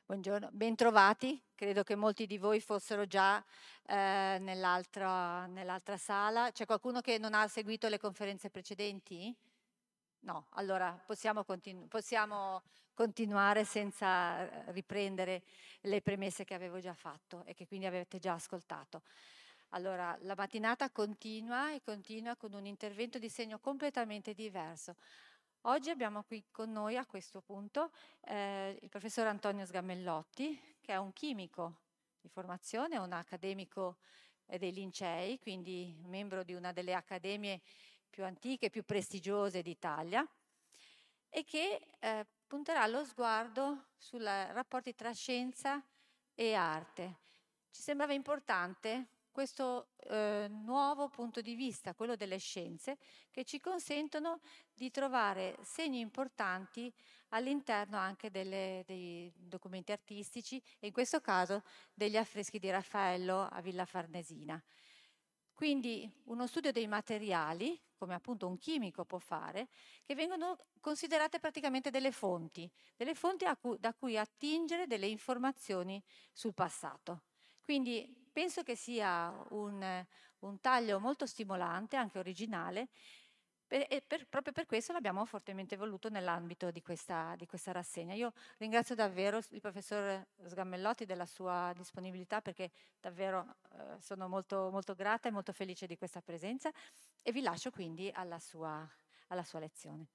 Buongiorno, bentrovati. Credo che molti di voi fossero già nell'altra sala. C'è qualcuno che non ha seguito le conferenze precedenti? No, allora possiamo continuare senza riprendere le premesse che avevo già fatto e che quindi avete già ascoltato. Allora, la mattinata continua e continua con un intervento di segno completamente diverso. Oggi abbiamo qui con noi a questo punto il professor Antonio Sgammellotti, che è un chimico di formazione, un accademico dei Lincei, quindi membro di una delle accademie più antiche e più prestigiose d'Italia, e che punterà lo sguardo sui rapporti tra scienza e arte. Ci sembrava importante questo nuovo punto di vista, quello delle scienze, che ci consentono di trovare segni importanti all'interno anche dei documenti artistici e in questo caso degli affreschi di Raffaello a Villa Farnesina. Quindi uno studio dei materiali, come appunto un chimico può fare, che vengono considerate praticamente delle fonti da cui attingere delle informazioni sul passato. Quindi penso che sia un taglio molto stimolante, anche originale, proprio per questo l'abbiamo fortemente voluto nell'ambito di questa rassegna. Io ringrazio davvero il professor Sgammellotti della sua disponibilità, perché davvero sono molto, molto grata e molto felice di questa presenza, e vi lascio quindi alla sua lezione.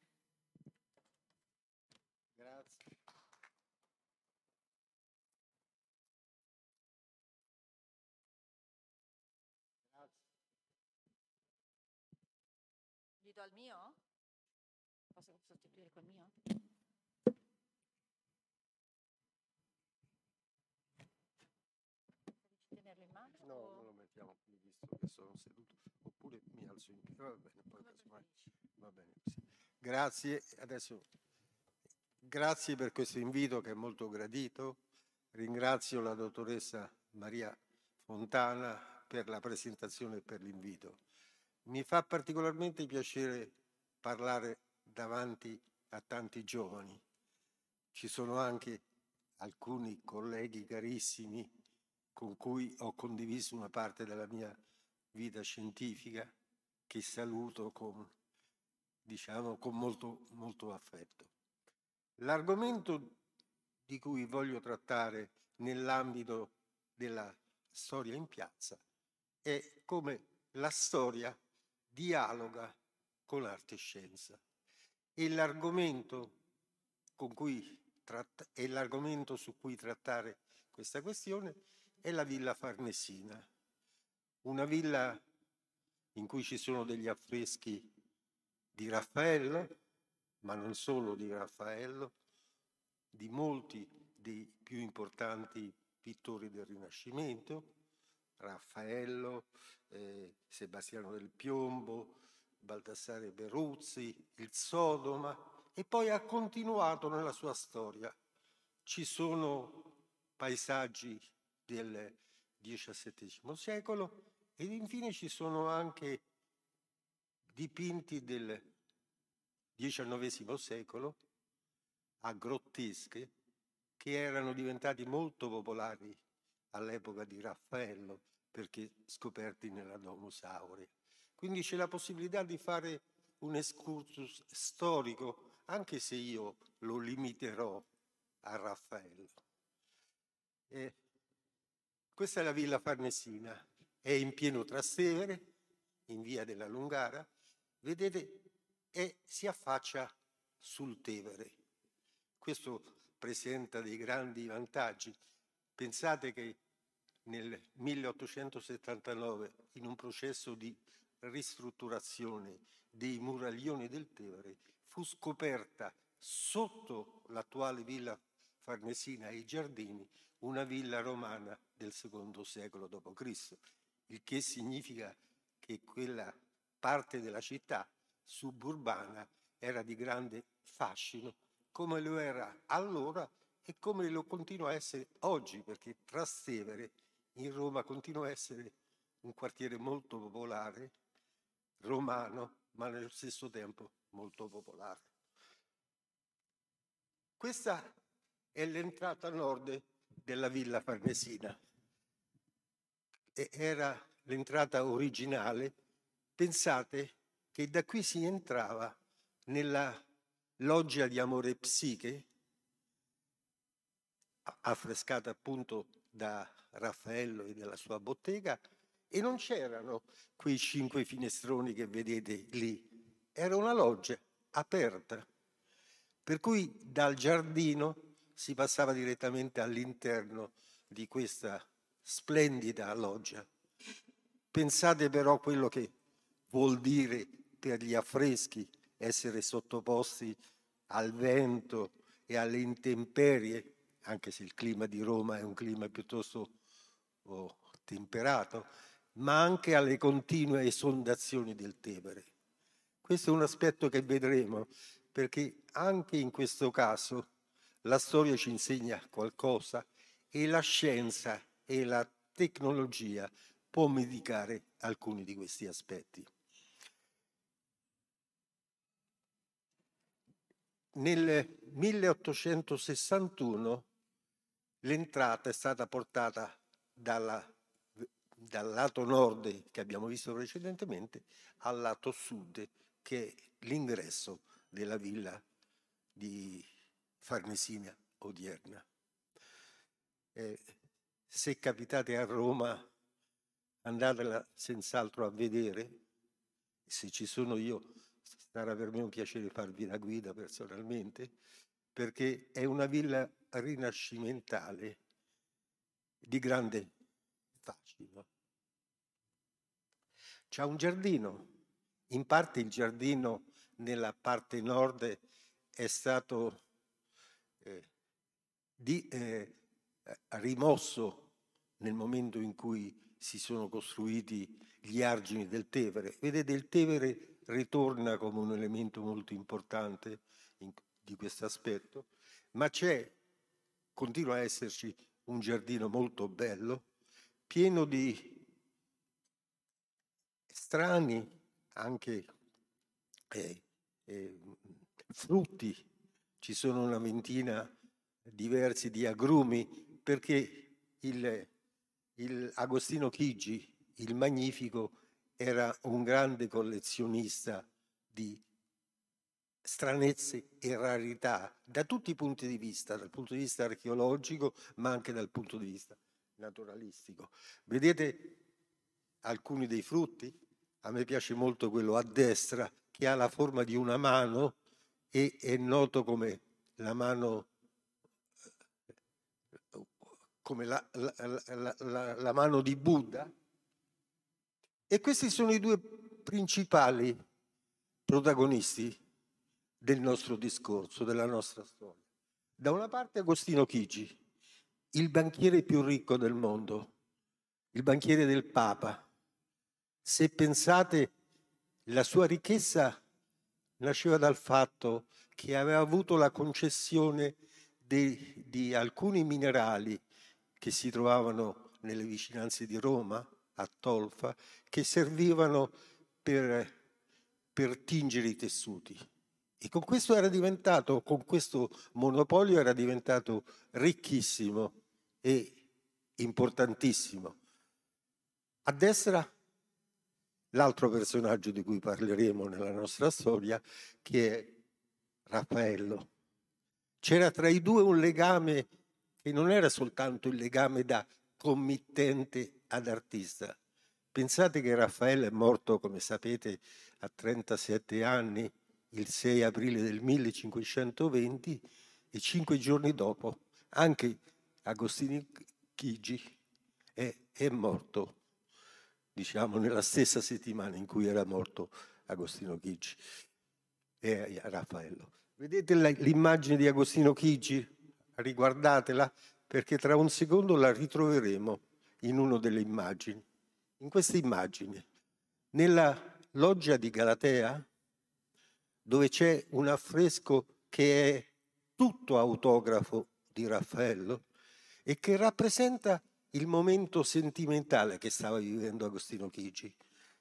Grazie. Gli do il mio? Posso sostituire col mio? Tenerlo in mano? No, me lo mettiamo qui visto che sono seduto, oppure mi alzo in piedi. Va bene, poi casomai. Va bene così. Grazie. Adesso grazie per questo invito che è molto gradito. Ringrazio la dottoressa Maria Fontana per la presentazione e per l'invito. Mi fa particolarmente piacere parlare davanti a tanti giovani. Ci sono anche alcuni colleghi carissimi con cui ho condiviso una parte della mia vita scientifica, che saluto con molto, molto affetto. L'argomento di cui voglio trattare nell'ambito della storia in piazza è come la storia dialoga con arte e scienza. E l'argomento su cui trattare questa questione è la Villa Farnesina, una villa in cui ci sono degli affreschi di Raffaello, ma non solo di Raffaello, di molti dei più importanti pittori del Rinascimento, Raffaello, Sebastiano del Piombo, Baldassare Peruzzi, il Sodoma, e poi ha continuato nella sua storia. Ci sono paesaggi del XVII secolo ed infine ci sono anche dipinti del XIX secolo a grottesche che erano diventati molto popolari all'epoca di Raffaello perché scoperti nella Domus Aurea. Quindi c'è la possibilità di fare un excursus storico, anche se io lo limiterò a Raffaello. Questa è la Villa Farnesina, è in pieno Trastevere, in via della Lungara, vedete, e si affaccia sul Tevere. Questo presenta dei grandi vantaggi. Pensate che nel 1879, in un processo di ristrutturazione dei muraglioni del Tevere, fu scoperta sotto l'attuale Villa Farnesina e i giardini una villa romana del II secolo d.C., il che significa che quella parte della città suburbana era di grande fascino, come lo era allora e come lo continua a essere oggi, perché Trastevere in Roma continua a essere un quartiere molto popolare, romano, ma nello stesso tempo molto popolare. Questa è l'entrata nord della Villa Farnesina. Era l'entrata originale. Pensate che da qui si entrava nella loggia di Amore Psiche, affrescata appunto da Raffaello e della sua bottega, e non c'erano quei 5 finestroni che vedete lì, era una loggia aperta, per cui dal giardino si passava direttamente all'interno di questa splendida loggia. Pensate però quello che vuol dire per gli affreschi essere sottoposti al vento e alle intemperie, anche se il clima di Roma è un clima piuttosto temperato, ma anche alle continue esondazioni del Tevere. Questo è un aspetto che vedremo, perché anche in questo caso la storia ci insegna qualcosa e la scienza e la tecnologia può medicare alcuni di questi aspetti. Nel 1861 l'entrata è stata portata dal lato nord che abbiamo visto precedentemente al lato sud, che è l'ingresso della villa di Farnesina odierna. Se capitate a Roma, andatela senz'altro a vedere. Se ci sono io, sarà per me un piacere farvi la guida personalmente, perché è una villa rinascimentale di grande fascino. C'è un giardino, in parte il giardino nella parte nord è stato rimosso nel momento in cui si sono costruiti gli argini del Tevere. Vedete, il Tevere ritorna come un elemento molto importante di questo aspetto, ma continua a esserci un giardino molto bello, pieno di strani anche frutti. Ci sono una ventina diversi di agrumi, perché il Agostino Chigi, il Magnifico, era un grande collezionista di stranezze e rarità da tutti i punti di vista, dal punto di vista archeologico ma anche dal punto di vista naturalistico. Vedete alcuni dei frutti? A me piace molto quello a destra, che ha la forma di una mano e è noto come la mano, come la mano di Buddha. E questi sono i 2 principali protagonisti del nostro discorso, della nostra storia. Da una parte Agostino Chigi, il banchiere più ricco del mondo, il banchiere del Papa. Se pensate, la sua ricchezza nasceva dal fatto che aveva avuto la concessione di alcuni minerali che si trovavano nelle vicinanze di Roma, a Tolfa, che servivano per tingere i tessuti. E con questo con questo monopolio era diventato ricchissimo e importantissimo. A destra l'altro personaggio di cui parleremo nella nostra storia, che è Raffaello. C'era tra i 2 un legame che non era soltanto il legame da committente ad artista. Pensate che Raffaello è morto, come sapete, a 37 anni, il 6 aprile del 1520, e 5 giorni dopo anche Agostino Chigi è morto, diciamo nella stessa settimana in cui era morto Agostino Chigi e Raffaello. Vedete l'immagine di Agostino Chigi? Riguardatela, perché tra un secondo la ritroveremo in una delle immagini. In questa immagine, nella loggia di Galatea, dove c'è un affresco che è tutto autografo di Raffaello e che rappresenta il momento sentimentale che stava vivendo Agostino Chigi.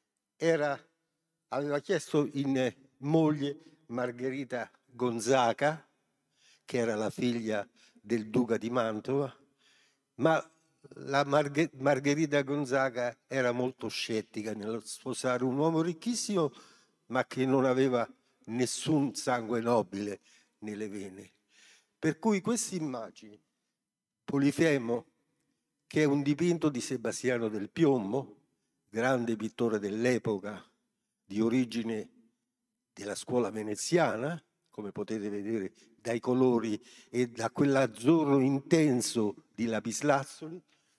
Aveva chiesto in moglie Margherita Gonzaga, che era la figlia del duca di Mantova, ma la Margherita Gonzaga era molto scettica nello sposare un uomo ricchissimo, ma che non aveva nessun sangue nobile nelle vene. Per cui queste immagini, Polifemo, che è un dipinto di Sebastiano del Piombo, grande pittore dell'epoca, di origine della scuola veneziana, come potete vedere dai colori e da quell'azzurro intenso di lapislazzuli,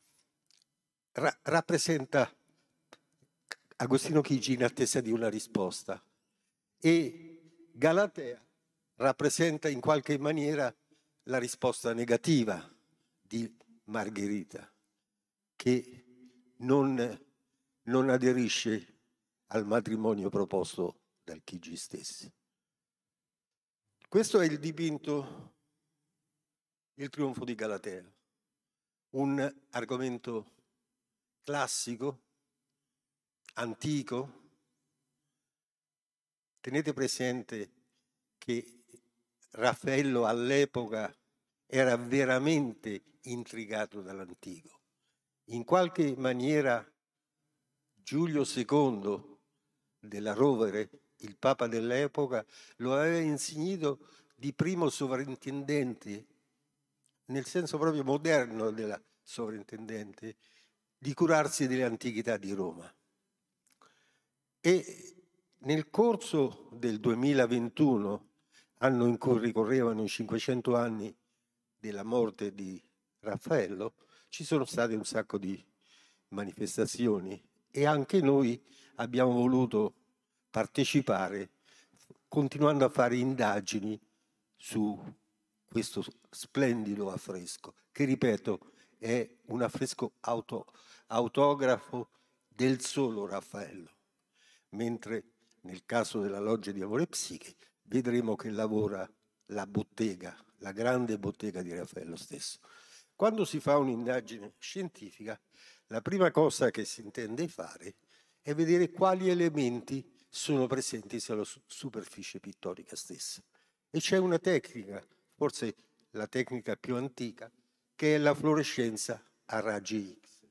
rappresenta Agostino Chigi in attesa di una risposta, e Galatea rappresenta in qualche maniera la risposta negativa di Margherita, che non aderisce al matrimonio proposto dal Chigi stesso. Questo è il dipinto Il trionfo di Galatea, un argomento classico, antico. Tenete presente che Raffaello all'epoca era veramente intrigato dall'antico. In qualche maniera Giulio II della Rovere, il Papa dell'epoca, lo aveva insignito di primo sovrintendente, nel senso proprio moderno della sovrintendente, di curarsi delle antichità di Roma. E nel corso del 2021, anno in cui ricorrevano i 500 anni della morte di Raffaello, ci sono state un sacco di manifestazioni e anche noi abbiamo voluto partecipare, continuando a fare indagini su questo splendido affresco, che ripeto è un affresco autografo del solo Raffaello, mentre nel caso della Loggia di Amore e Psiche vedremo che lavora la bottega, la grande bottega di Raffaello stesso. Quando si fa un'indagine scientifica, la prima cosa che si intende fare è vedere quali elementi sono presenti sulla superficie pittorica stessa. E c'è una tecnica, forse la tecnica più antica, che è la fluorescenza a raggi X,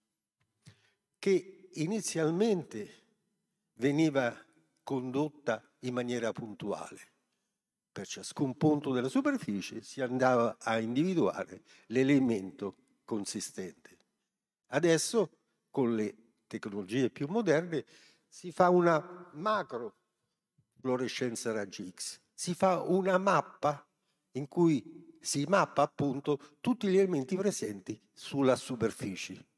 che inizialmente veniva condotta in maniera puntuale. Per ciascun punto della superficie si andava a individuare l'elemento consistente. Adesso, con le tecnologie più moderne, si fa una macro fluorescenza raggi X, si fa una mappa in cui si mappa appunto tutti gli elementi presenti sulla superficie.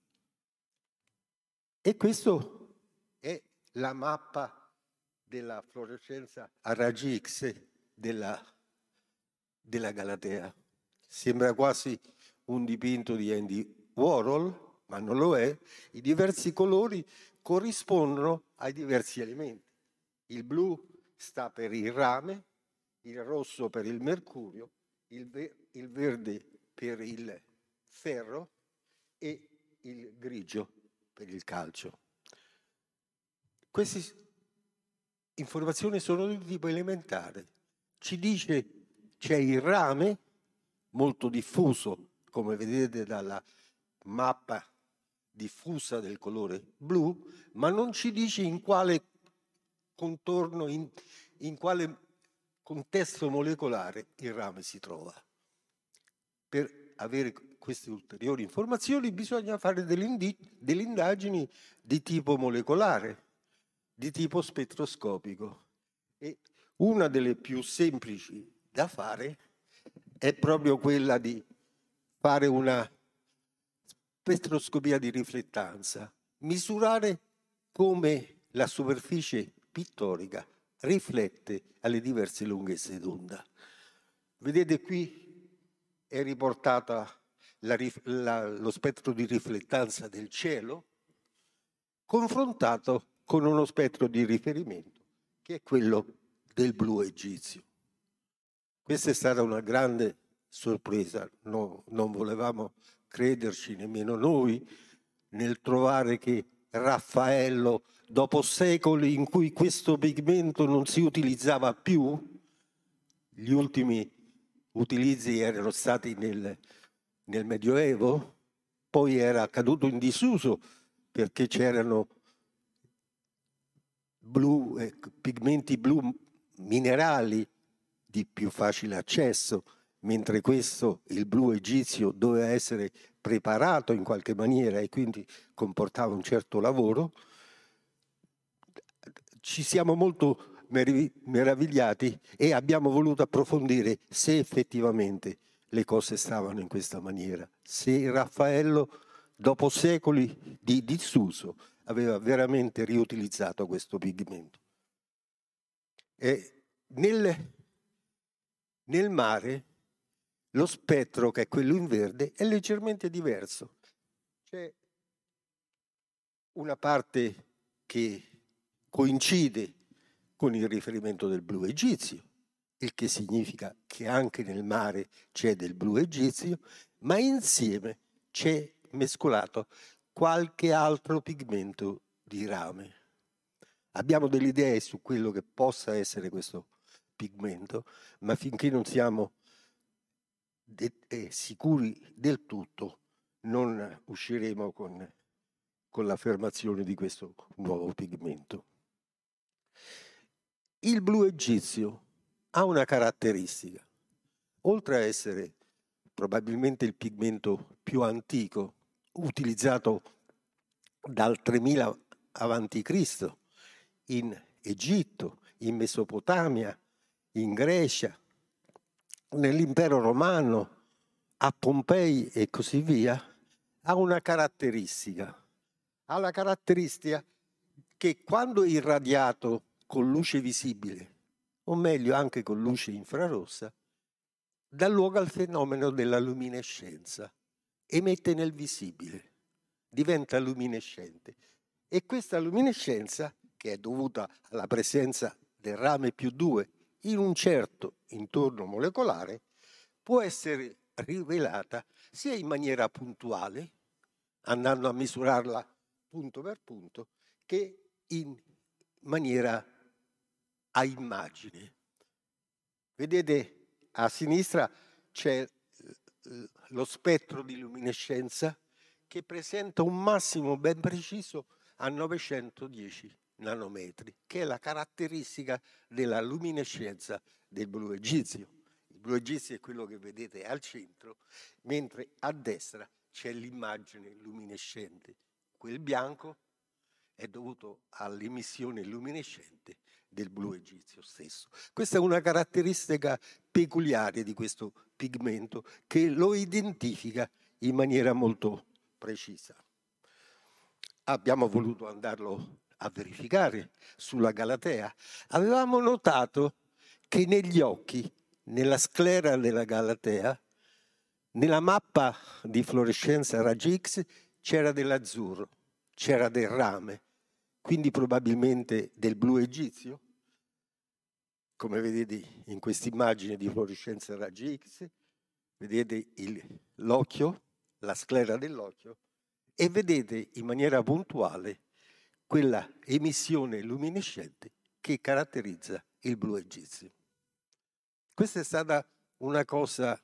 E questo è la mappa della fluorescenza a raggi X della Galatea. Sembra quasi un dipinto di Andy Warhol, ma non lo è. I diversi colori corrispondono ai diversi elementi. Il blu sta per il rame, il rosso per il mercurio, il verde per il ferro e il grigio per il calcio. Queste informazioni sono di tipo elementare. Ci dice c'è il rame molto diffuso, come vedete dalla mappa diffusa del colore blu, ma non ci dice in quale contorno, in quale contesto molecolare il rame si trova. Per avere queste ulteriori informazioni bisogna fare delle indagini di tipo molecolare, di tipo spettroscopico. E una delle più semplici da fare è proprio quella di fare una spettroscopia di riflettanza, misurare come la superficie pittorica riflette alle diverse lunghezze d'onda. Vedete qui è riportata lo spettro di riflettanza del cielo confrontato con uno spettro di riferimento che è quello del blu egizio. Questa è stata una grande sorpresa, non volevamo crederci nemmeno noi nel trovare che Raffaello, dopo secoli in cui questo pigmento non si utilizzava più, gli ultimi utilizzi erano stati nel Medioevo, poi era caduto in disuso perché c'erano pigmenti blu minerali di più facile accesso, mentre questo, il blu egizio, doveva essere preparato in qualche maniera e quindi comportava un certo lavoro. Ci siamo molto meravigliati e abbiamo voluto approfondire se effettivamente le cose stavano in questa maniera, se Raffaello, dopo secoli di disuso, aveva veramente riutilizzato questo pigmento. E nel mare lo spettro, che è quello in verde, è leggermente diverso. C'è una parte che coincide con il riferimento del blu egizio, il che significa che anche nel mare c'è del blu egizio, ma insieme c'è mescolato qualche altro pigmento di rame. Abbiamo delle idee su quello che possa essere questo pigmento, ma finché non siamo sicuri del tutto non usciremo con l'affermazione di questo nuovo pigmento. Il blu egizio ha una caratteristica. Oltre a essere probabilmente il pigmento più antico, utilizzato dal 3000 a.C. in Egitto, in Mesopotamia, in Grecia, nell'impero romano, a Pompei e così via, ha una caratteristica. Ha la caratteristica che quando è irradiato con luce visibile, o meglio anche con luce infrarossa, dà luogo al fenomeno della luminescenza, emette nel visibile, diventa luminescente. E questa luminescenza, che è dovuta alla presenza del rame più 2 in un certo intorno molecolare, può essere rivelata sia in maniera puntuale, andando a misurarla punto per punto, che in maniera a immagine. Vedete, a sinistra c'è lo spettro di luminescenza che presenta un massimo ben preciso a 910 nanometri, che è la caratteristica della luminescenza del blu egizio. Il blu egizio è quello che vedete al centro, mentre a destra c'è l'immagine luminescente. Quel bianco è dovuto all'emissione luminescente del blu egizio stesso. Questa è una caratteristica peculiare di questo pigmento che lo identifica in maniera molto precisa. Abbiamo voluto andarlo a verificare sulla Galatea. Avevamo notato che negli occhi, nella sclera della Galatea, nella mappa di fluorescenza raggi X c'era dell'azzurro, c'era del rame, quindi probabilmente del blu egizio, come vedete in questa immagine di fluorescenza raggi X, vedete l'occhio, la sclera dell'occhio, e vedete in maniera puntuale quella emissione luminescente che caratterizza il blu egizio. Questa è stata una cosa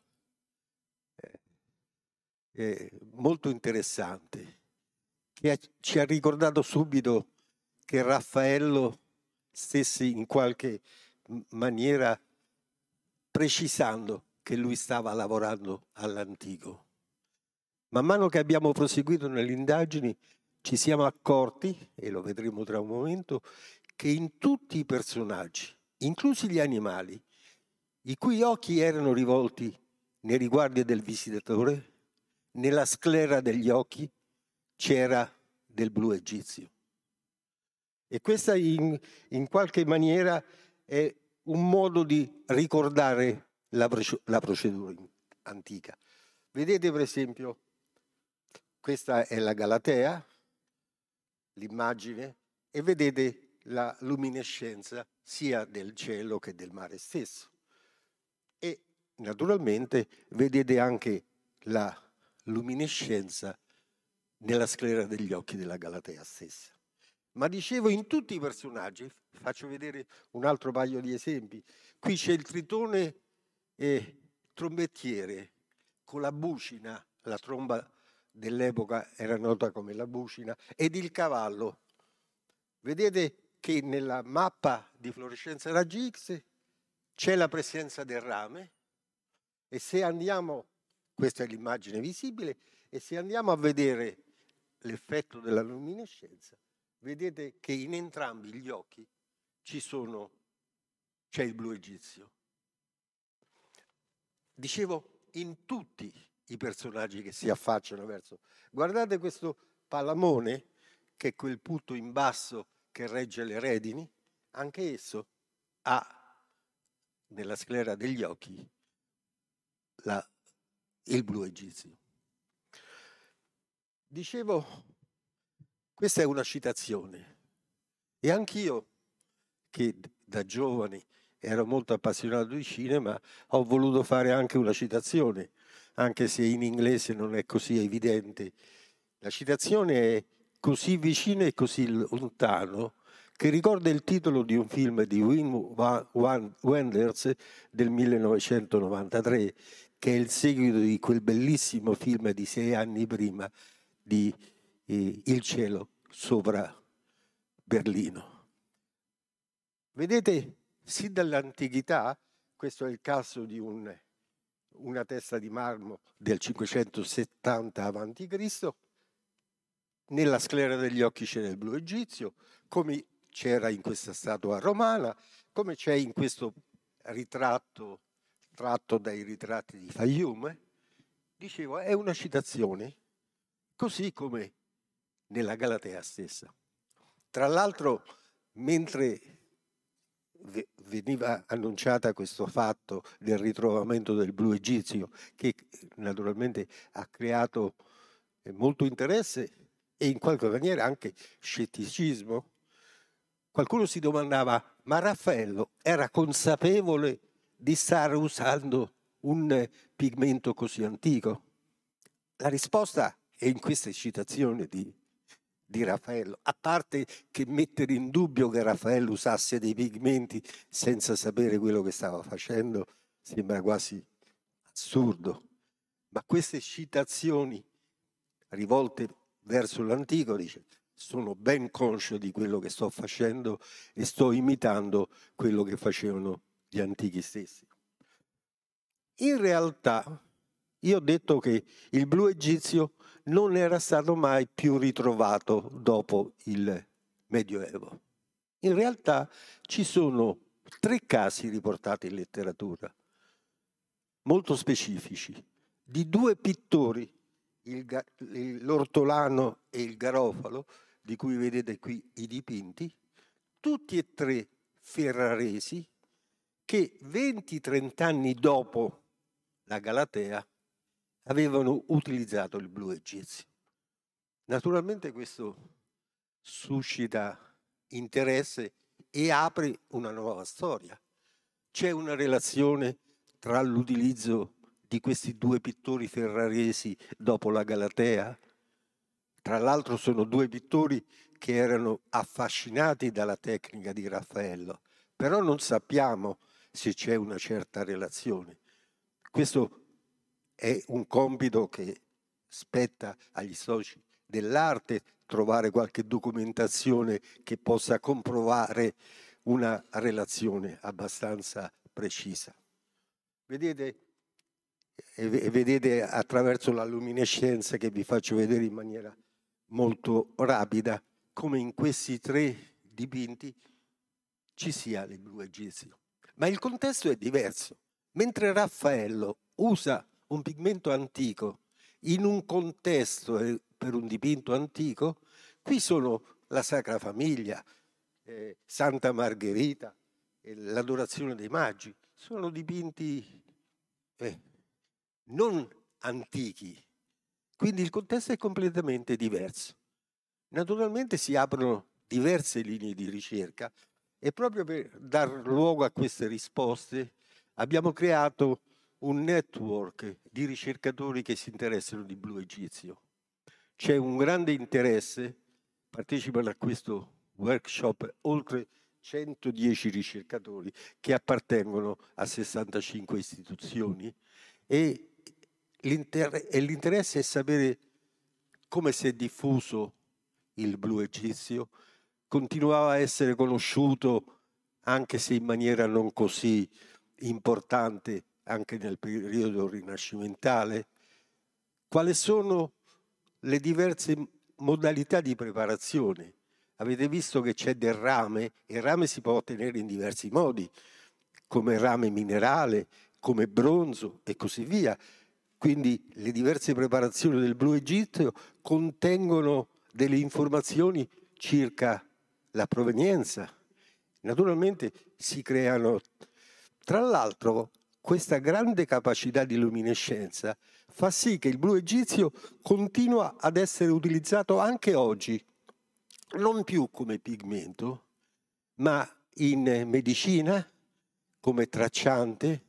molto interessante, che ci ha ricordato subito che Raffaello stesse in qualche maniera precisando che lui stava lavorando all'antico. Man mano che abbiamo proseguito nelle indagini ci siamo accorti, e lo vedremo tra un momento, che in tutti i personaggi, inclusi gli animali, i cui occhi erano rivolti nei riguardi del visitatore, nella sclera degli occhi c'era del blu egizio. E questa in qualche maniera è un modo di ricordare la procedura antica. Vedete per esempio, questa è la Galatea, l'immagine, e vedete la luminescenza sia del cielo che del mare stesso. E naturalmente vedete anche la luminescenza nella sclera degli occhi della Galatea stessa. Ma dicevo, in tutti i personaggi, faccio vedere un altro paio di esempi. Qui c'è il tritone trombettiere con la bucina, la tromba dell'epoca era nota come la bucina, ed il cavallo. Vedete che nella mappa di fluorescenza raggi X c'è la presenza del rame, e se andiamo, questa è l'immagine visibile, e se andiamo a vedere l'effetto della luminescenza, vedete che in entrambi gli occhi c'è il blu egizio. Dicevo, in tutti i personaggi che si affacciano verso. Guardate questo palamone, che è quel punto in basso che regge le redini, anche esso ha nella sclera degli occhi il blu egizio. Dicevo, questa è una citazione, e anch'io, che da giovane ero molto appassionato di cinema, ho voluto fare anche una citazione, anche se in inglese non è così evidente. La citazione è così vicina e così lontano che ricorda il titolo di un film di Wim Wenders del 1993, che è il seguito di quel bellissimo film di 6 anni prima di Il cielo sopra Berlino. Vedete, sì, dall'antichità, questo è il caso di una testa di marmo del 570 a.C., nella sclera degli occhi c'era il blu egizio, come c'era in questa statua romana, come c'è in questo ritratto tratto dai ritratti di Fayum. Dicevo, è una citazione, così come nella Galatea stessa. Tra l'altro, mentre veniva annunciata questo fatto del ritrovamento del blu egizio, che naturalmente ha creato molto interesse e in qualche maniera anche scetticismo, qualcuno si domandava: ma Raffaello era consapevole di stare usando un pigmento così antico? La risposta è in queste citazioni di Raffaello, a parte che mettere in dubbio che Raffaello usasse dei pigmenti senza sapere quello che stava facendo sembra quasi assurdo, ma queste citazioni rivolte verso l'antico, dice: sono ben conscio di quello che sto facendo e sto imitando quello che facevano gli antichi stessi. In realtà io ho detto che il blu egizio non era stato mai più ritrovato dopo il Medioevo. In realtà ci sono 3 casi riportati in letteratura, molto specifici, di 2 pittori, l'ortolano e il garofalo, di cui vedete qui i dipinti, tutti e 3 ferraresi, che 20-30 anni dopo la Galatea avevano utilizzato il blu egizio. Naturalmente questo suscita interesse e apre una nuova storia. C'è una relazione tra l'utilizzo di questi 2 pittori ferraresi dopo la Galatea? Tra l'altro sono 2 pittori che erano affascinati dalla tecnica di Raffaello, però non sappiamo se c'è una certa relazione. Questo è un compito che spetta agli storici dell'arte, trovare qualche documentazione che possa comprovare una relazione abbastanza precisa. Vedete attraverso la luminescenza, che vi faccio vedere in maniera molto rapida, come in questi 3 dipinti ci sia il blu egizio. Ma il contesto è diverso. Mentre Raffaello usa un pigmento antico in un contesto per un dipinto antico, qui sono la Sacra Famiglia, Santa Margherita, l'Adorazione dei Magi, sono dipinti non antichi, quindi il contesto è completamente diverso. Naturalmente si aprono diverse linee di ricerca e proprio per dar luogo a queste risposte abbiamo creato un network di ricercatori che si interessano di blu egizio. C'è un grande interesse, partecipano a questo workshop oltre 110 ricercatori che appartengono a 65 istituzioni e l'interesse è sapere come si è diffuso il blu egizio. Continuava a essere conosciuto, anche se in maniera non così importante, anche nel periodo rinascimentale. Quali sono le diverse modalità di preparazione? Avete visto che c'è del rame, e il rame si può ottenere in diversi modi, come rame minerale, come bronzo e così via. Quindi le diverse preparazioni del blu egizio contengono delle informazioni circa la provenienza. Naturalmente si creano. Tra l'altro, questa grande capacità di luminescenza fa sì che il blu egizio continua ad essere utilizzato anche oggi, non più come pigmento, ma in medicina, come tracciante,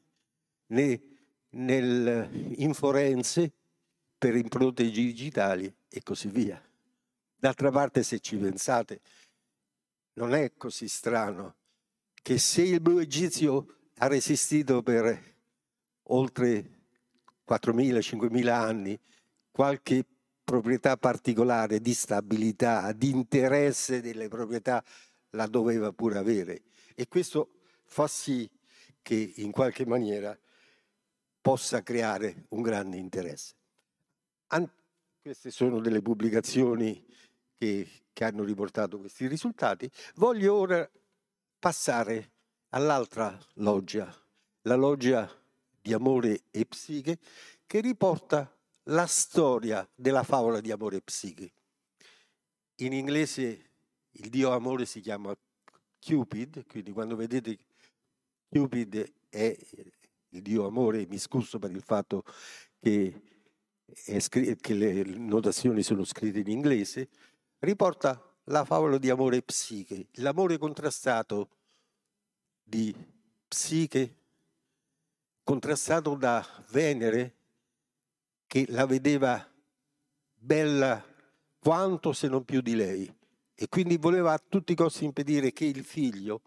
in forense, per impronte digitali e così via. D'altra parte, se ci pensate, non è così strano che se il blu egizio ha resistito per oltre 4.000-5.000 anni, qualche proprietà particolare di stabilità, di interesse delle proprietà la doveva pure avere. E questo fa sì che in qualche maniera possa creare un grande interesse. Queste sono delle pubblicazioni che hanno riportato questi risultati. Voglio ora passare all'altra loggia, la loggia di Amore e Psiche, che riporta la storia della favola di Amore e Psiche. In inglese il dio amore si chiama Cupid, quindi quando vedete Cupid è il dio amore, mi scuso per il fatto che le notazioni sono scritte in inglese, riporta la favola di Amore e Psiche, l'amore contrastato di Psiche, contrastato da Venere, che la vedeva bella quanto se non più di lei, e quindi voleva a tutti i costi impedire che il figlio,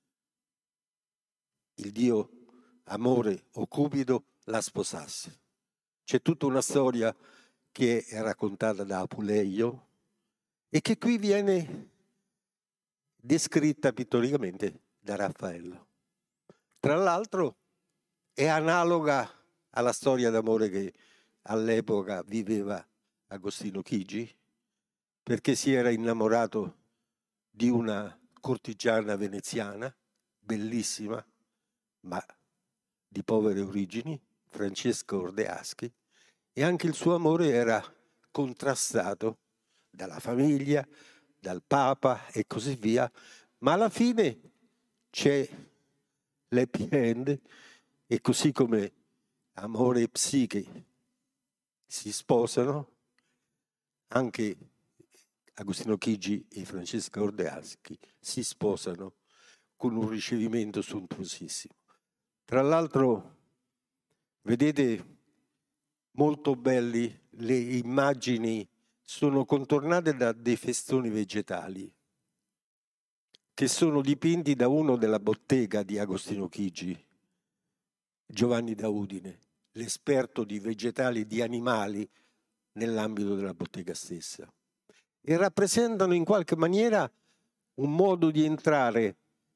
il dio amore o Cupido, la sposasse. C'è tutta una storia che è raccontata da Apuleio e che qui viene descritta pittoricamente da Raffaello. Tra l'altro è analoga alla storia d'amore che all'epoca viveva Agostino Chigi, perché si era innamorato di una cortigiana veneziana, bellissima, ma di povere origini, Francesca Ordeaschi, e anche il suo amore era contrastato dalla famiglia, dal Papa e così via, ma alla fine c'è l'happy end, e così come Amore e Psiche si sposano, anche Agostino Chigi e Francesca Ordeaschi si sposano con un ricevimento sontuosissimo. Tra l'altro, vedete, molto belli, le immagini sono contornate da dei festoni vegetali che sono dipinti da uno della bottega di Agostino Chigi, Giovanni da Udine, l'esperto di vegetali e di animali nell'ambito della bottega stessa, e rappresentano in qualche maniera un modo di entrare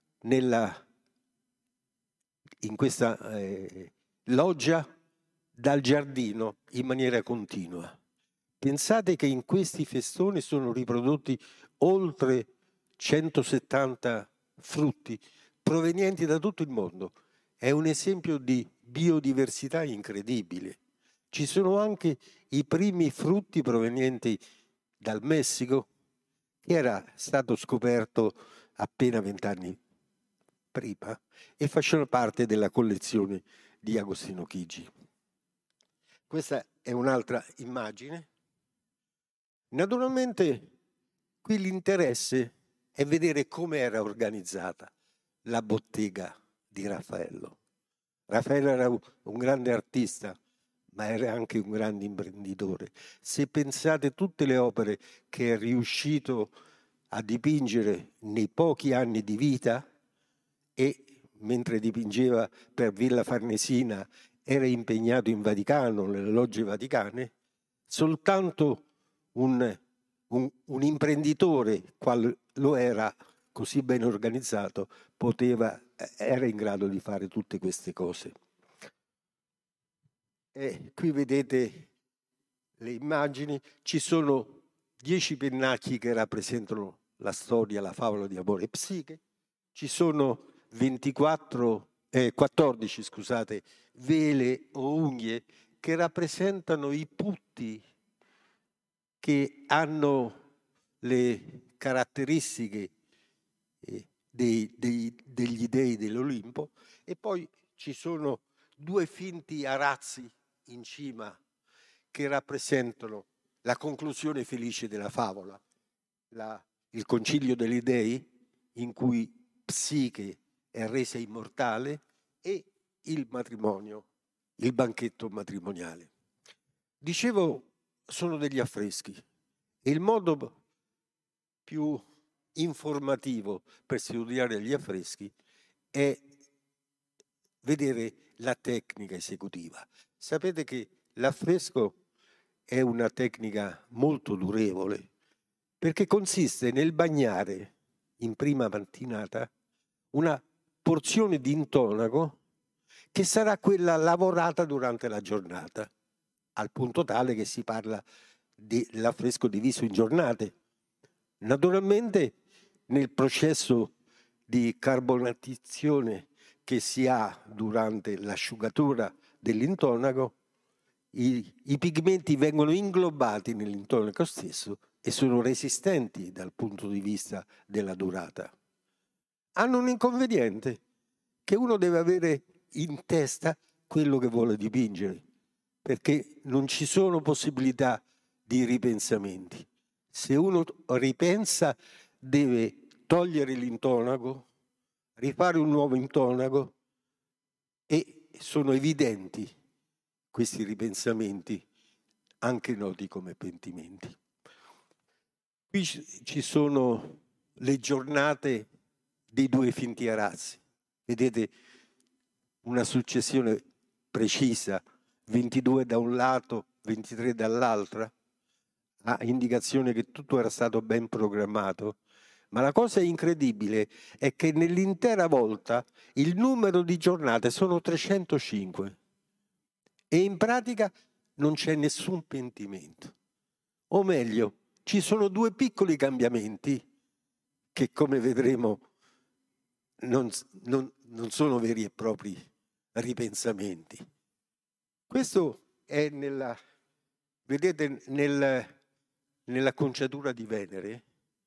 in questa loggia dal giardino in maniera continua. Pensate che in questi festoni sono riprodotti oltre 170 frutti provenienti da tutto il mondo. È un esempio di biodiversità incredibile. Ci sono anche i primi frutti provenienti dal Messico, che era stato scoperto appena 20 anni prima e facevano parte della collezione di Agostino Chigi. Questa è un'altra immagine. Naturalmente qui l'interesse è vedere come era organizzata la bottega di Raffaello. Raffaello era un grande artista, ma era anche un grande imprenditore. Se pensate tutte le opere che è riuscito a dipingere nei pochi anni di vita, e mentre dipingeva per Villa Farnesina era impegnato in Vaticano, nelle logge vaticane, soltanto un imprenditore, qual lo era, così ben organizzato, era in grado di fare tutte queste cose. E qui vedete le immagini, ci sono 10 pennacchi che rappresentano la storia, la favola di Amore e Psiche, ci sono 14 vele o unghie che rappresentano i putti che hanno le caratteristiche degli dei dell'Olimpo, e poi ci sono 2 finti arazzi in cima che rappresentano la conclusione felice della favola, il concilio degli dei in cui Psiche è resa immortale, e il matrimonio, il banchetto matrimoniale. Dicevo, sono degli affreschi, e il modo più informativo per studiare gli affreschi è vedere la tecnica esecutiva. Sapete che l'affresco è una tecnica molto durevole, perché consiste nel bagnare in prima mattinata una porzione di intonaco che sarà quella lavorata durante la giornata, al punto tale che si parla dell'affresco diviso in giornate. Naturalmente nel processo di carbonatazione che si ha durante l'asciugatura dell'intonaco, i pigmenti vengono inglobati nell'intonaco stesso e sono resistenti dal punto di vista della durata. Hanno un inconveniente, che uno deve avere in testa quello che vuole dipingere, perché non ci sono possibilità di ripensamenti. Se uno ripensa, deve togliere l'intonaco, rifare un nuovo intonaco, e sono evidenti questi ripensamenti, anche noti come pentimenti. Qui ci sono le giornate dei 2 finti arazzi. Vedete una successione precisa, 22 da un lato, 23 dall'altra, a indicazione che tutto era stato ben programmato. Ma la cosa incredibile è che nell'intera volta il numero di giornate sono 305 e in pratica non c'è nessun pentimento. O meglio, ci sono 2 piccoli cambiamenti che, come vedremo, non sono veri e propri ripensamenti. Questo è vedete nell'acconciatura di Venere,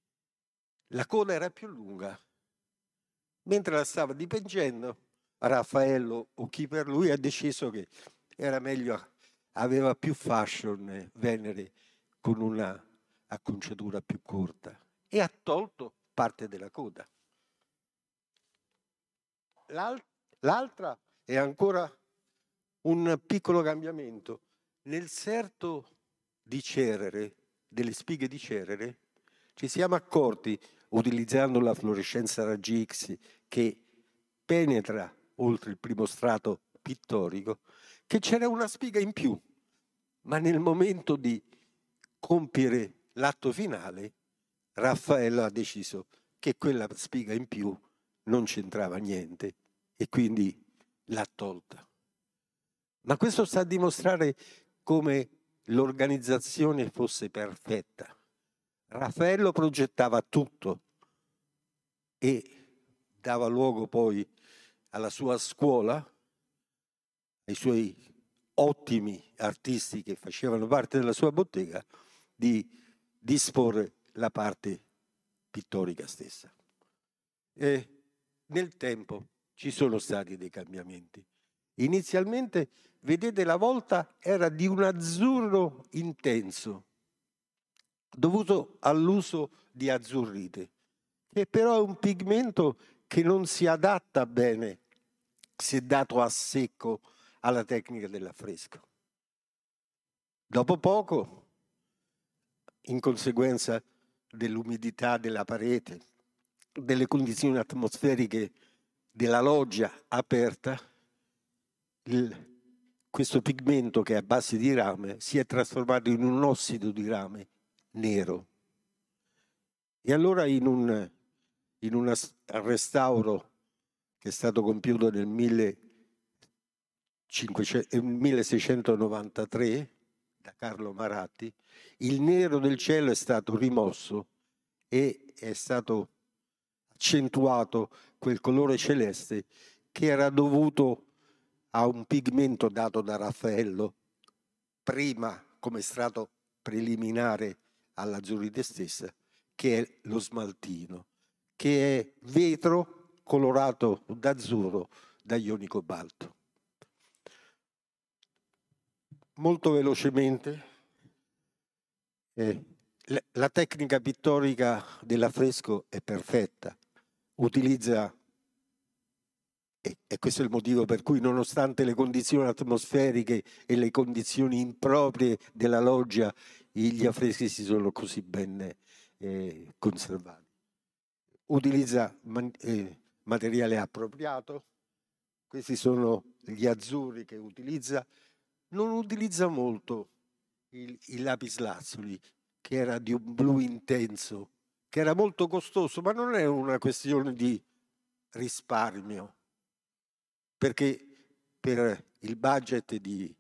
la coda era più lunga. Mentre la stava dipingendo, Raffaello o chi per lui ha deciso che era meglio, aveva più fashion Venere con una acconciatura più corta, e ha tolto parte della coda. L'altra è ancora un piccolo cambiamento. Nel serto di Cerere, delle spighe di Cerere, ci siamo accorti, utilizzando la fluorescenza raggi X che penetra oltre il primo strato pittorico, che c'era una spiga in più, ma nel momento di compiere l'atto finale, Raffaello ha deciso che quella spiga in più non c'entrava niente e quindi l'ha tolta. Ma questo sta a dimostrare come l'organizzazione fosse perfetta. Raffaello progettava tutto e dava luogo poi alla sua scuola, ai suoi ottimi artisti che facevano parte della sua bottega, di disporre la parte pittorica stessa. E nel tempo ci sono stati dei cambiamenti. Inizialmente, vedete, la volta era di un azzurro intenso, dovuto all'uso di azzurrite, che però è un pigmento che non si adatta bene se dato a secco alla tecnica dell'affresco. Dopo poco, in conseguenza dell'umidità della parete, delle condizioni atmosferiche della loggia aperta, questo pigmento che è a base di rame si è trasformato in un ossido di rame nero. E allora in un restauro che è stato compiuto nel 1693 da Carlo Maratti, il nero del cielo è stato rimosso e è stato accentuato quel colore celeste che era dovuto a un pigmento dato da Raffaello prima come strato preliminare all'azzurite stessa, che è lo smaltino, che è vetro colorato d'azzurro da ioni cobalto. Molto velocemente, la tecnica pittorica dell'affresco è perfetta, utilizza, e questo è il motivo per cui nonostante le condizioni atmosferiche e le condizioni improprie della loggia, gli affreschi si sono così ben conservati. Utilizza materiale appropriato, questi sono gli azzurri che utilizza. Non utilizza molto il lapislazzuli, che era di un blu intenso, che era molto costoso, ma non è una questione di risparmio, perché per il budget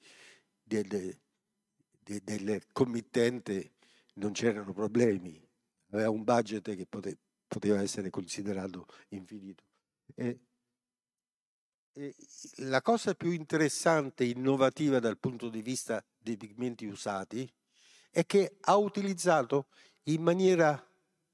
del committente non c'erano problemi, aveva un budget che poteva essere considerato infinito. La cosa più interessante e innovativa dal punto di vista dei pigmenti usati è che ha utilizzato in maniera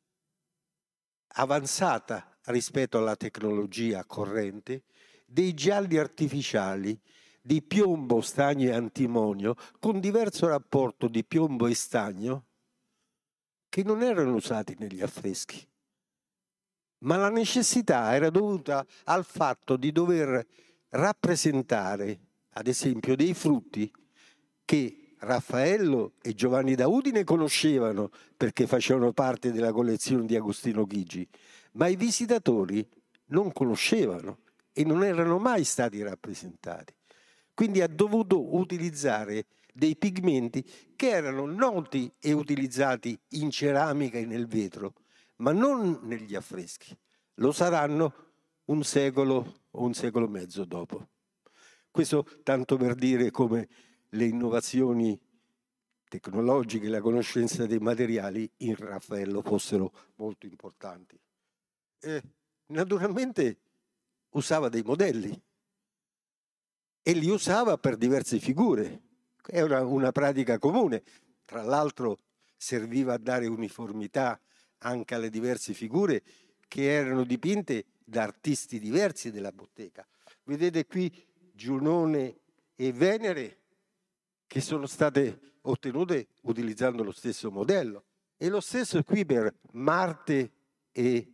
avanzata rispetto alla tecnologia corrente dei gialli artificiali di piombo, stagno e antimonio con diverso rapporto di piombo e stagno che non erano usati negli affreschi. Ma la necessità era dovuta al fatto di dover rappresentare, ad esempio, dei frutti che Raffaello e Giovanni da Udine conoscevano perché facevano parte della collezione di Agostino Chigi, ma i visitatori non conoscevano e non erano mai stati rappresentati. Quindi ha dovuto utilizzare dei pigmenti che erano noti e utilizzati in ceramica e nel vetro, ma non negli affreschi. Lo saranno un secolo o un secolo e mezzo dopo. Questo tanto per dire come le innovazioni tecnologiche, la conoscenza dei materiali in Raffaello fossero molto importanti. Naturalmente usava dei modelli e li usava per diverse figure. Era una pratica comune. Tra l'altro serviva a dare uniformità anche alle diverse figure che erano dipinte da artisti diversi della bottega. Vedete qui Giunone e Venere che sono state ottenute utilizzando lo stesso modello. E lo stesso qui per Marte e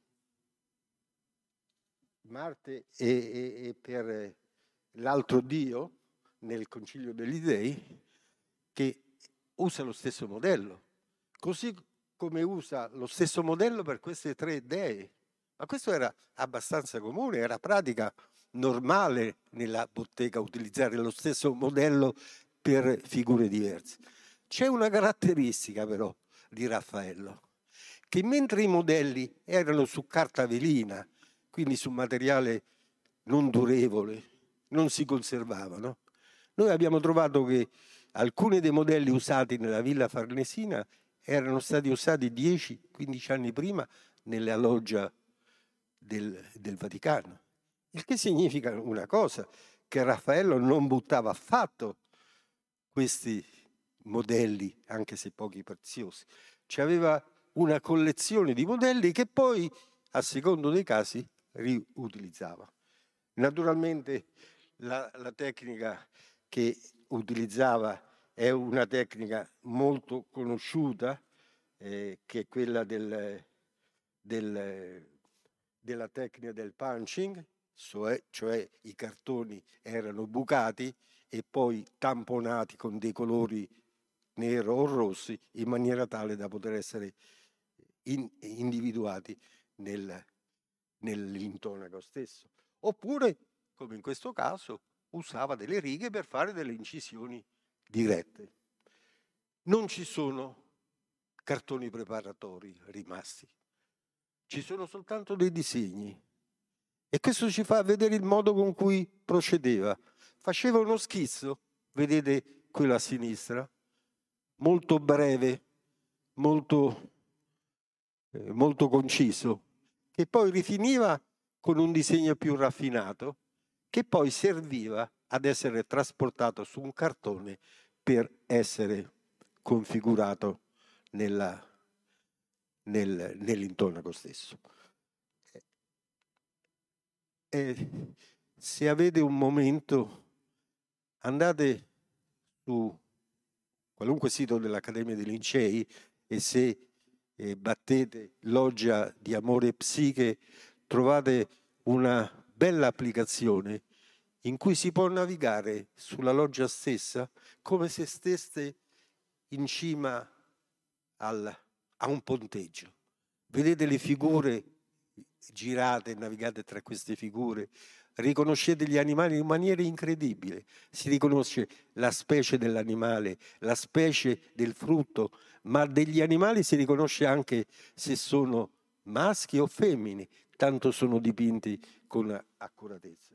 per l'altro dio nel Concilio degli Dei, che usa lo stesso modello. Così come usa lo stesso modello per queste tre dee. Ma questo era abbastanza comune, era pratica normale nella bottega utilizzare lo stesso modello per figure diverse. C'è una caratteristica però di Raffaello, che mentre i modelli erano su carta velina, quindi su materiale non durevole, non si conservavano, noi abbiamo trovato che alcuni dei modelli usati nella Villa Farnesina erano stati usati 10-15 anni prima nella loggia del Vaticano. Il che significa una cosa, che Raffaello non buttava affatto questi modelli, anche se pochi preziosi. Ci aveva una collezione di modelli che poi, a secondo dei casi, riutilizzava. Naturalmente la tecnica che utilizzava è una tecnica molto conosciuta, che è quella della tecnica del punching, cioè i cartoni erano bucati e poi tamponati con dei colori nero o rossi in maniera tale da poter essere individuati nell'intonaco stesso. Oppure, come in questo caso, usava delle righe per fare delle incisioni dirette. Non ci sono cartoni preparatori rimasti, ci sono soltanto dei disegni. E questo ci fa vedere il modo con cui procedeva. Faceva uno schizzo, vedete quello a sinistra, molto breve, molto conciso, che poi rifiniva con un disegno più raffinato, che poi serviva ad essere trasportato su un cartone per essere configurato nell'intonaco stesso. E se avete un momento, andate su qualunque sito dell'Accademia dei Lincei e se battete Loggia di Amore e Psiche, trovate una bella applicazione in cui si può navigare sulla loggia stessa come se steste in cima a un ponteggio. Vedete le figure girate, navigate tra queste figure, riconoscete gli animali in maniera incredibile, si riconosce la specie dell'animale, la specie del frutto, ma degli animali si riconosce anche se sono maschi o femmine, tanto sono dipinti con accuratezza.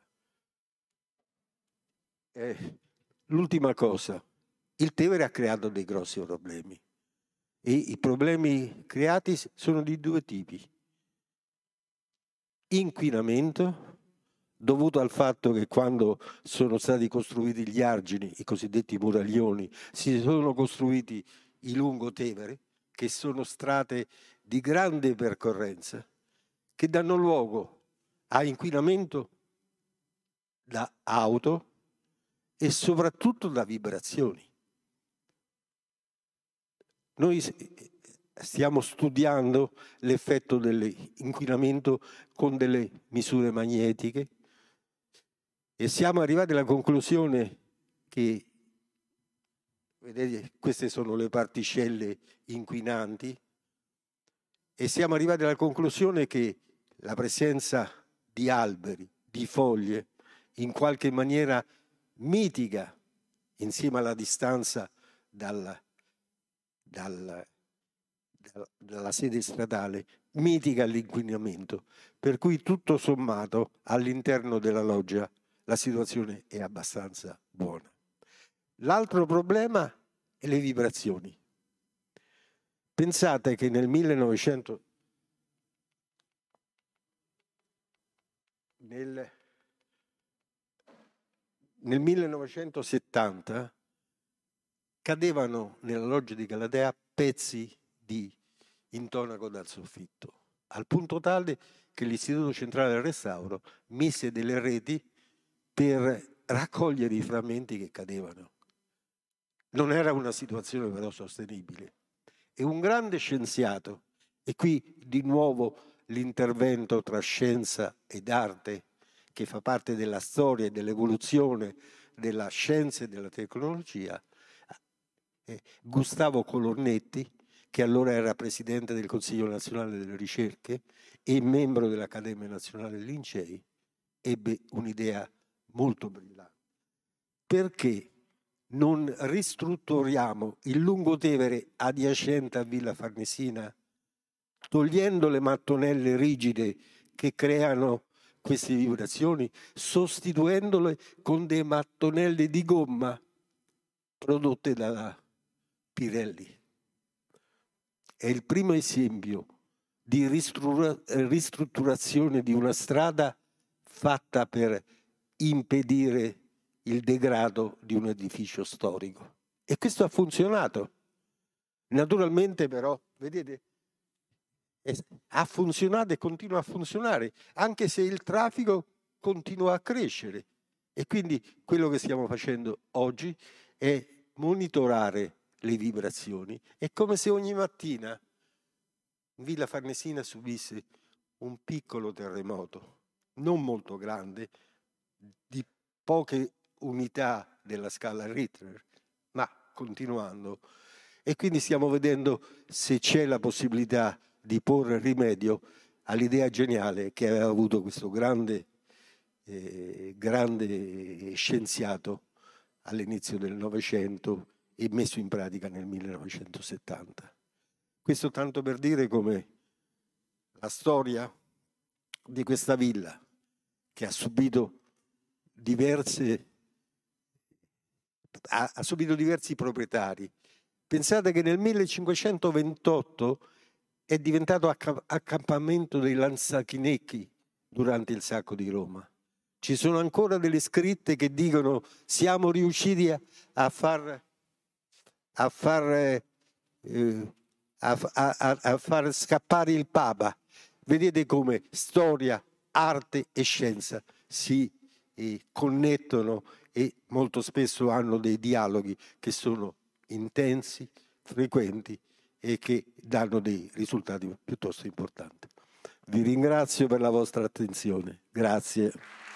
L'ultima cosa, il Tevere ha creato dei grossi problemi e i problemi creati sono di due tipi. Inquinamento, dovuto al fatto che quando sono stati costruiti gli argini, i cosiddetti muraglioni, si sono costruiti i lungotevere, che sono strade di grande percorrenza, che danno luogo a inquinamento da auto e soprattutto da vibrazioni. Noi stiamo studiando l'effetto dell'inquinamento con delle misure magnetiche e siamo arrivati alla conclusione che, vedete, queste sono le particelle inquinanti, e siamo arrivati alla conclusione che la presenza di alberi, di foglie, in qualche maniera mitiga, insieme alla distanza dalla sede stradale, mitiga l'inquinamento, per cui tutto sommato all'interno della loggia la situazione è abbastanza buona. L'altro problema è le vibrazioni. Pensate che nel 1970 cadevano nella loggia di Galatea pezzi di intonaco dal soffitto, al punto tale che l'Istituto Centrale del Restauro mise delle reti per raccogliere i frammenti che cadevano. Non era una situazione però sostenibile. E un grande scienziato, e qui di nuovo l'intervento tra scienza ed arte, che fa parte della storia e dell'evoluzione della scienza e della tecnologia, Gustavo Colornetti, che allora era presidente del Consiglio Nazionale delle Ricerche e membro dell'Accademia Nazionale dei Lincei, ebbe un'idea molto brillante. Perché non ristrutturiamo il lungotevere adiacente a Villa Farnesina, togliendo le mattonelle rigide che creano queste vibrazioni, sostituendole con dei mattonelle di gomma prodotte dalla Pirelli? È il primo esempio di ristrutturazione di una strada fatta per impedire il degrado di un edificio storico. E questo ha funzionato. Naturalmente però, vedete, ha funzionato e continua a funzionare, anche se il traffico continua a crescere. E quindi quello che stiamo facendo oggi è monitorare le vibrazioni. È come se ogni mattina Villa Farnesina subisse un piccolo terremoto, non molto grande, di poche unità della scala Richter, ma continuando. E quindi stiamo vedendo se c'è la possibilità di porre rimedio all'idea geniale che aveva avuto questo grande grande scienziato all'inizio del Novecento e messo in pratica nel 1970. Questo tanto per dire come la storia di questa villa, che ha subito diversi proprietari. Pensate che nel 1528 è diventato accampamento dei Lanzachinecchi durante il sacco di Roma. Ci sono ancora delle scritte che dicono: siamo riusciti a far scappare il Papa. Vedete come storia, arte e scienza si connettono e molto spesso hanno dei dialoghi che sono intensi, frequenti e che danno dei risultati piuttosto importanti. Vi ringrazio per la vostra attenzione. Grazie.